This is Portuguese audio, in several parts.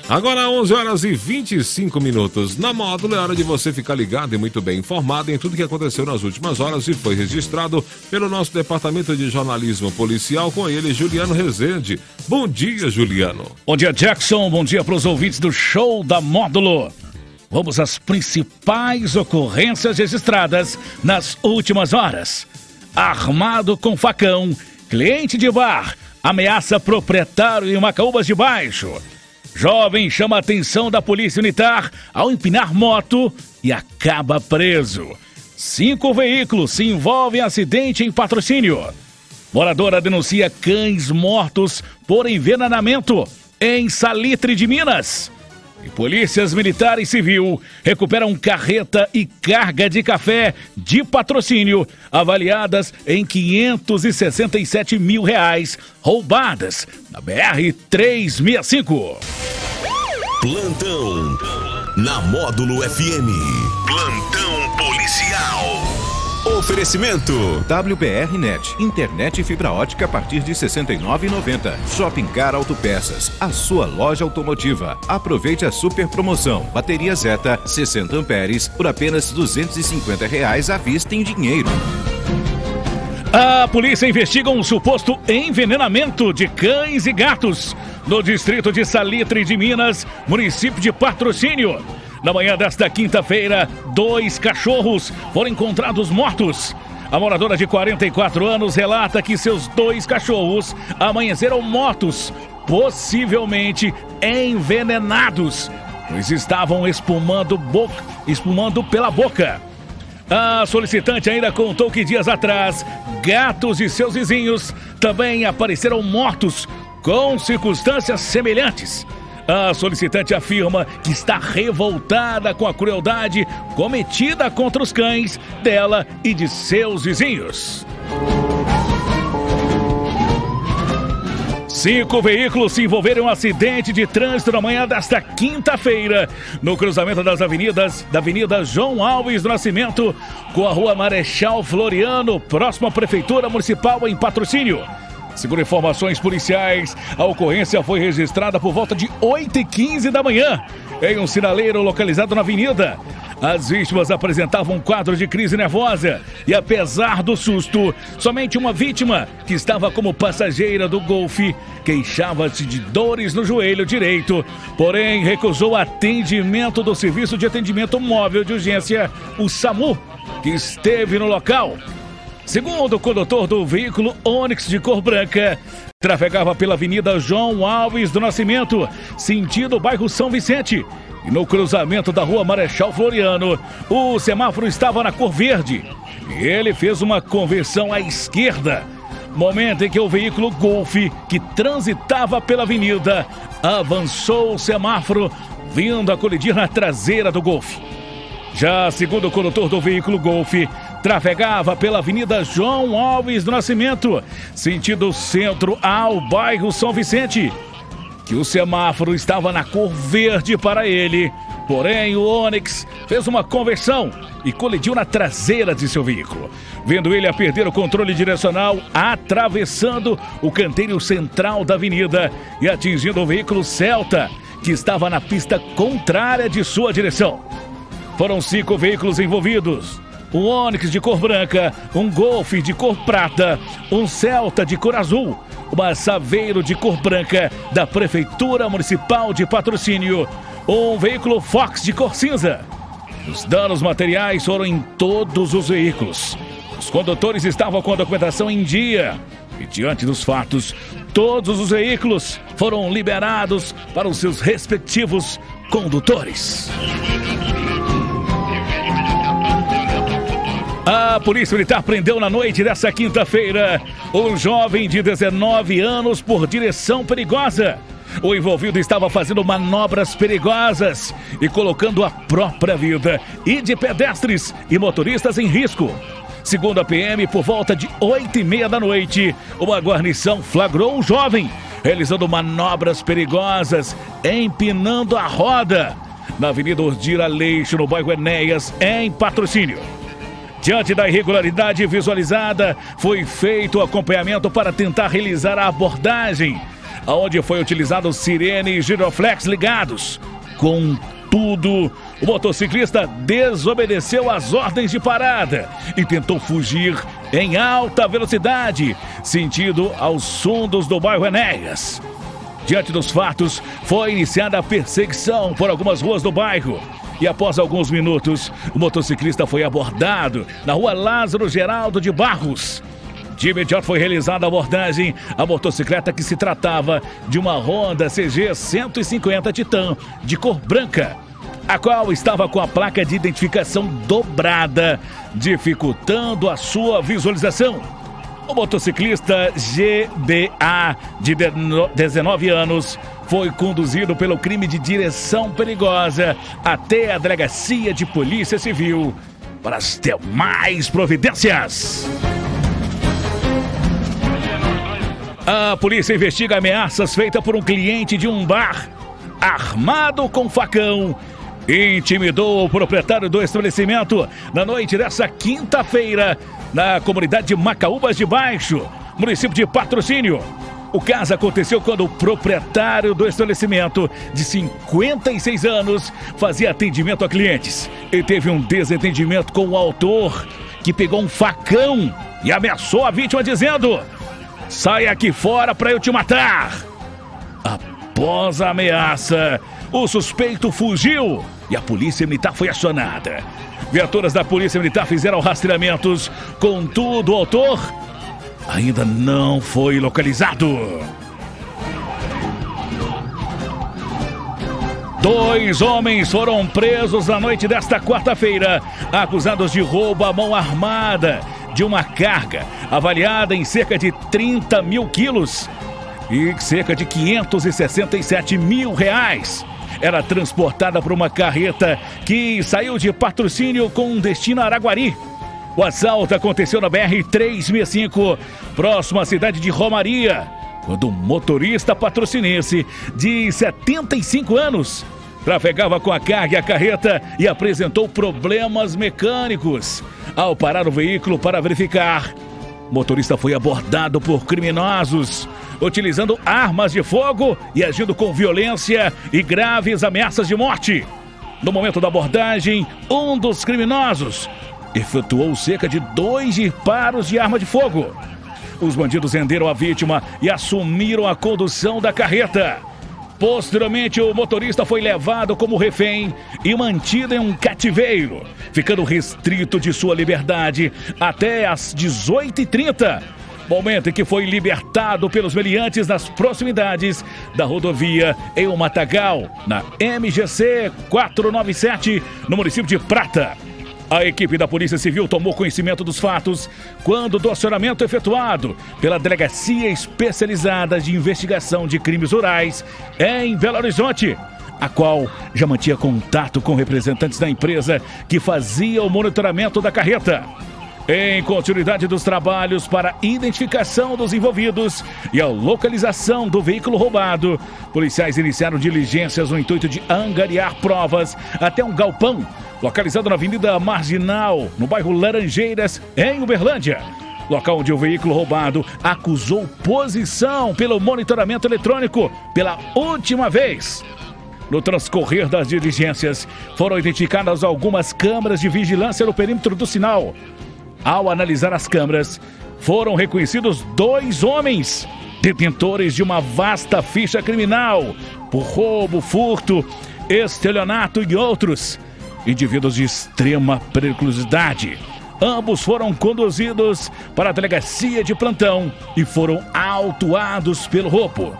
Agora 11 horas e 25 minutos. Na Módulo é hora de você ficar ligado e muito bem informado em tudo que aconteceu nas últimas horas e foi registrado pelo nosso departamento de jornalismo policial, com ele, Juliano Rezende. Bom dia, Juliano. Bom dia, Jackson. Bom dia para os ouvintes do Show da Módulo. Vamos às principais ocorrências registradas nas últimas horas. Armado com facão, cliente de bar ameaça proprietário em Macaúbas de Baixo. Jovem chama a atenção da polícia militar ao empinar moto e acaba preso. 5 veículos se envolvem em acidente em Patrocínio. Moradora denuncia cães mortos por envenenamento em Salitre de Minas. E polícias militar e civil recuperam carreta e carga de café de Patrocínio avaliadas em R$567 mil roubadas na BR-365. Plantão na Módulo FM. Plantão policial. Oferecimento WBRnet, internet e fibra ótica a partir de R$ 69,90. Shopping Car Autopeças, a sua loja automotiva. Aproveite a super promoção. Bateria Zeta 60 amperes por apenas R$ 250 à vista em dinheiro. A polícia investiga um suposto envenenamento de cães e gatos no distrito de Salitre de Minas, município de Patrocínio. Na manhã desta quinta-feira, 2 cachorros foram encontrados mortos. A moradora de 44 anos relata que seus 2 cachorros amanheceram mortos, possivelmente envenenados, pois estavam espumando pela boca. A solicitante ainda contou que dias atrás, gatos e seus vizinhos também apareceram mortos com circunstâncias semelhantes. A solicitante afirma que está revoltada com a crueldade cometida contra os cães dela e de seus vizinhos. 5 veículos se envolveram em um acidente de trânsito na manhã desta quinta-feira, no cruzamento da Avenida João Alves do Nascimento com a Rua Marechal Floriano, próximo à Prefeitura Municipal em Patrocínio. Segundo informações policiais, a ocorrência foi registrada por volta de 8h15 da manhã, em um sinaleiro localizado na avenida. As vítimas apresentavam um quadro de crise nervosa e, apesar do susto, somente uma vítima, que estava como passageira do Golf, queixava-se de dores no joelho direito, porém recusou atendimento do Serviço de Atendimento Móvel de Urgência, o SAMU, que esteve no local. Segundo o condutor do veículo Onix de cor branca, trafegava pela Avenida João Alves do Nascimento, sentido bairro São Vicente. E no cruzamento da Rua Marechal Floriano, o semáforo estava na cor verde. E ele fez uma conversão à esquerda. Momento em que o veículo Golf, que transitava pela avenida, avançou o semáforo, vindo a colidir na traseira do Golf. Já segundo o condutor do veículo Golf, trafegava pela Avenida João Alves do Nascimento, sentido centro ao bairro São Vicente, que o semáforo estava na cor verde para ele. Porém, o Onix fez uma conversão e colidiu na traseira de seu veículo, vendo ele a perder o controle direcional, atravessando o canteiro central da avenida e atingindo o veículo Celta, que estava na pista contrária de sua direção. Foram 5 veículos envolvidos: um Onix de cor branca, um Golf de cor prata, um Celta de cor azul, uma Saveiro de cor branca da Prefeitura Municipal de Patrocínio, um veículo Fox de cor cinza. Os danos materiais foram em todos os veículos. Os condutores estavam com a documentação em dia e, diante dos fatos, todos os veículos foram liberados para os seus respectivos condutores. A Polícia Militar prendeu na noite dessa quinta-feira um jovem de 19 anos por direção perigosa. O envolvido estava fazendo manobras perigosas e colocando a própria vida e de pedestres e motoristas em risco. Segundo a PM, por volta de 8h30 da noite, uma guarnição flagrou o jovem realizando manobras perigosas, empinando a roda na Avenida Ordir Aleixo, no bairro Enéas, em Patrocínio. Diante da irregularidade visualizada, foi feito o acompanhamento para tentar realizar a abordagem. onde foi utilizado sirene e giroflex ligados. Contudo, o motociclista desobedeceu às ordens de parada e tentou fugir em alta velocidade, sentido aos fundos do bairro Enéas. Diante dos fatos, foi iniciada a perseguição por algumas ruas do bairro. E após alguns minutos, o motociclista foi abordado na rua Lázaro Geraldo de Barros. De imediato foi realizada a abordagem à motocicleta, que se tratava de uma Honda CG 150 Titan de cor branca, a qual estava com a placa de identificação dobrada, dificultando a sua visualização. O motociclista GBA, de 19 anos, foi conduzido pelo crime de direção perigosa até a delegacia de polícia civil para as demais providências. A polícia investiga ameaças feitas por um cliente de um bar armado com facão. Intimidou o proprietário do estabelecimento na noite dessa quinta-feira, na comunidade de Macaúbas de Baixo, município de Patrocínio. O caso aconteceu quando o proprietário do estabelecimento, de 56 anos, fazia atendimento a clientes e teve um desentendimento com o autor, que pegou um facão e ameaçou a vítima dizendo: "Sai aqui fora para eu te matar." Após a ameaça, o suspeito fugiu e a polícia militar foi acionada. Viaturas da polícia militar fizeram rastreamentos, contudo o autor ainda não foi localizado. 2 homens foram presos na noite desta quarta-feira, acusados de roubo à mão armada de uma carga avaliada em cerca de 30 mil quilos e cerca de 567 mil reais. Era transportada por uma carreta que saiu de Patrocínio com destino a Araguari. O assalto aconteceu na BR-365, próximo à cidade de Romaria, quando um motorista patrocinense de 75 anos trafegava com a carga e a carreta e apresentou problemas mecânicos. Ao parar o veículo para verificar, o motorista foi abordado por criminosos, utilizando armas de fogo e agindo com violência e graves ameaças de morte. No momento da abordagem, um dos criminosos efetuou cerca de 2 disparos de arma de fogo. Os bandidos renderam a vítima e assumiram a condução da carreta. Posteriormente, o motorista foi levado como refém e mantido em um cativeiro, ficando restrito de sua liberdade até às 18h30, momento em que foi libertado pelos meliantes nas proximidades da rodovia em Matagal, na MGC 497, no município de Prata. A equipe da Polícia Civil tomou conhecimento dos fatos quando do acionamento efetuado pela Delegacia Especializada de Investigação de Crimes Rurais em Belo Horizonte, a qual já mantinha contato com representantes da empresa que fazia o monitoramento da carreta. Em continuidade dos trabalhos para identificação dos envolvidos e a localização do veículo roubado, policiais iniciaram diligências no intuito de angariar provas até um galpão localizado na Avenida Marginal, no bairro Laranjeiras, em Uberlândia, local onde o veículo roubado acusou posição pelo monitoramento eletrônico pela última vez. No transcorrer das diligências, foram identificadas algumas câmeras de vigilância no perímetro do sinal. Ao analisar as câmeras, foram reconhecidos 2 homens, detentores de uma vasta ficha criminal por roubo, furto, estelionato e outros, indivíduos de extrema periculosidade. Ambos foram conduzidos para a delegacia de plantão e foram autuados pelo roubo.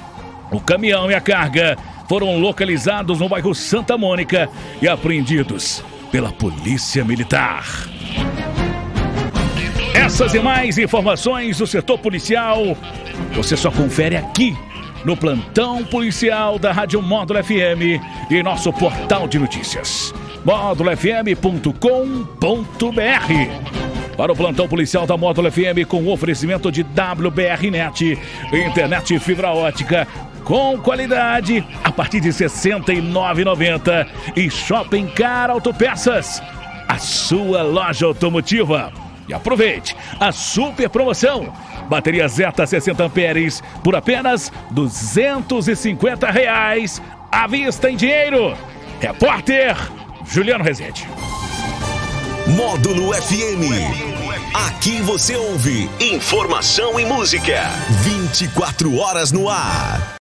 O caminhão e a carga foram localizados no bairro Santa Mônica e apreendidos pela Polícia Militar. Essas e mais informações do setor policial você só confere aqui no Plantão Policial da Rádio Módulo FM e nosso portal de notícias, módulofm.com.br. Para o Plantão Policial da Módulo FM, com oferecimento de WBRnet, internet fibra ótica com qualidade a partir de R$ 69,90 e Shopping Car Autopeças, a sua loja automotiva. E aproveite a super promoção: Bateria Zeta 60 amperes por apenas R$250 à vista em dinheiro. Repórter Juliano Rezende. Módulo FM. Aqui você ouve informação e música. 24 horas no ar.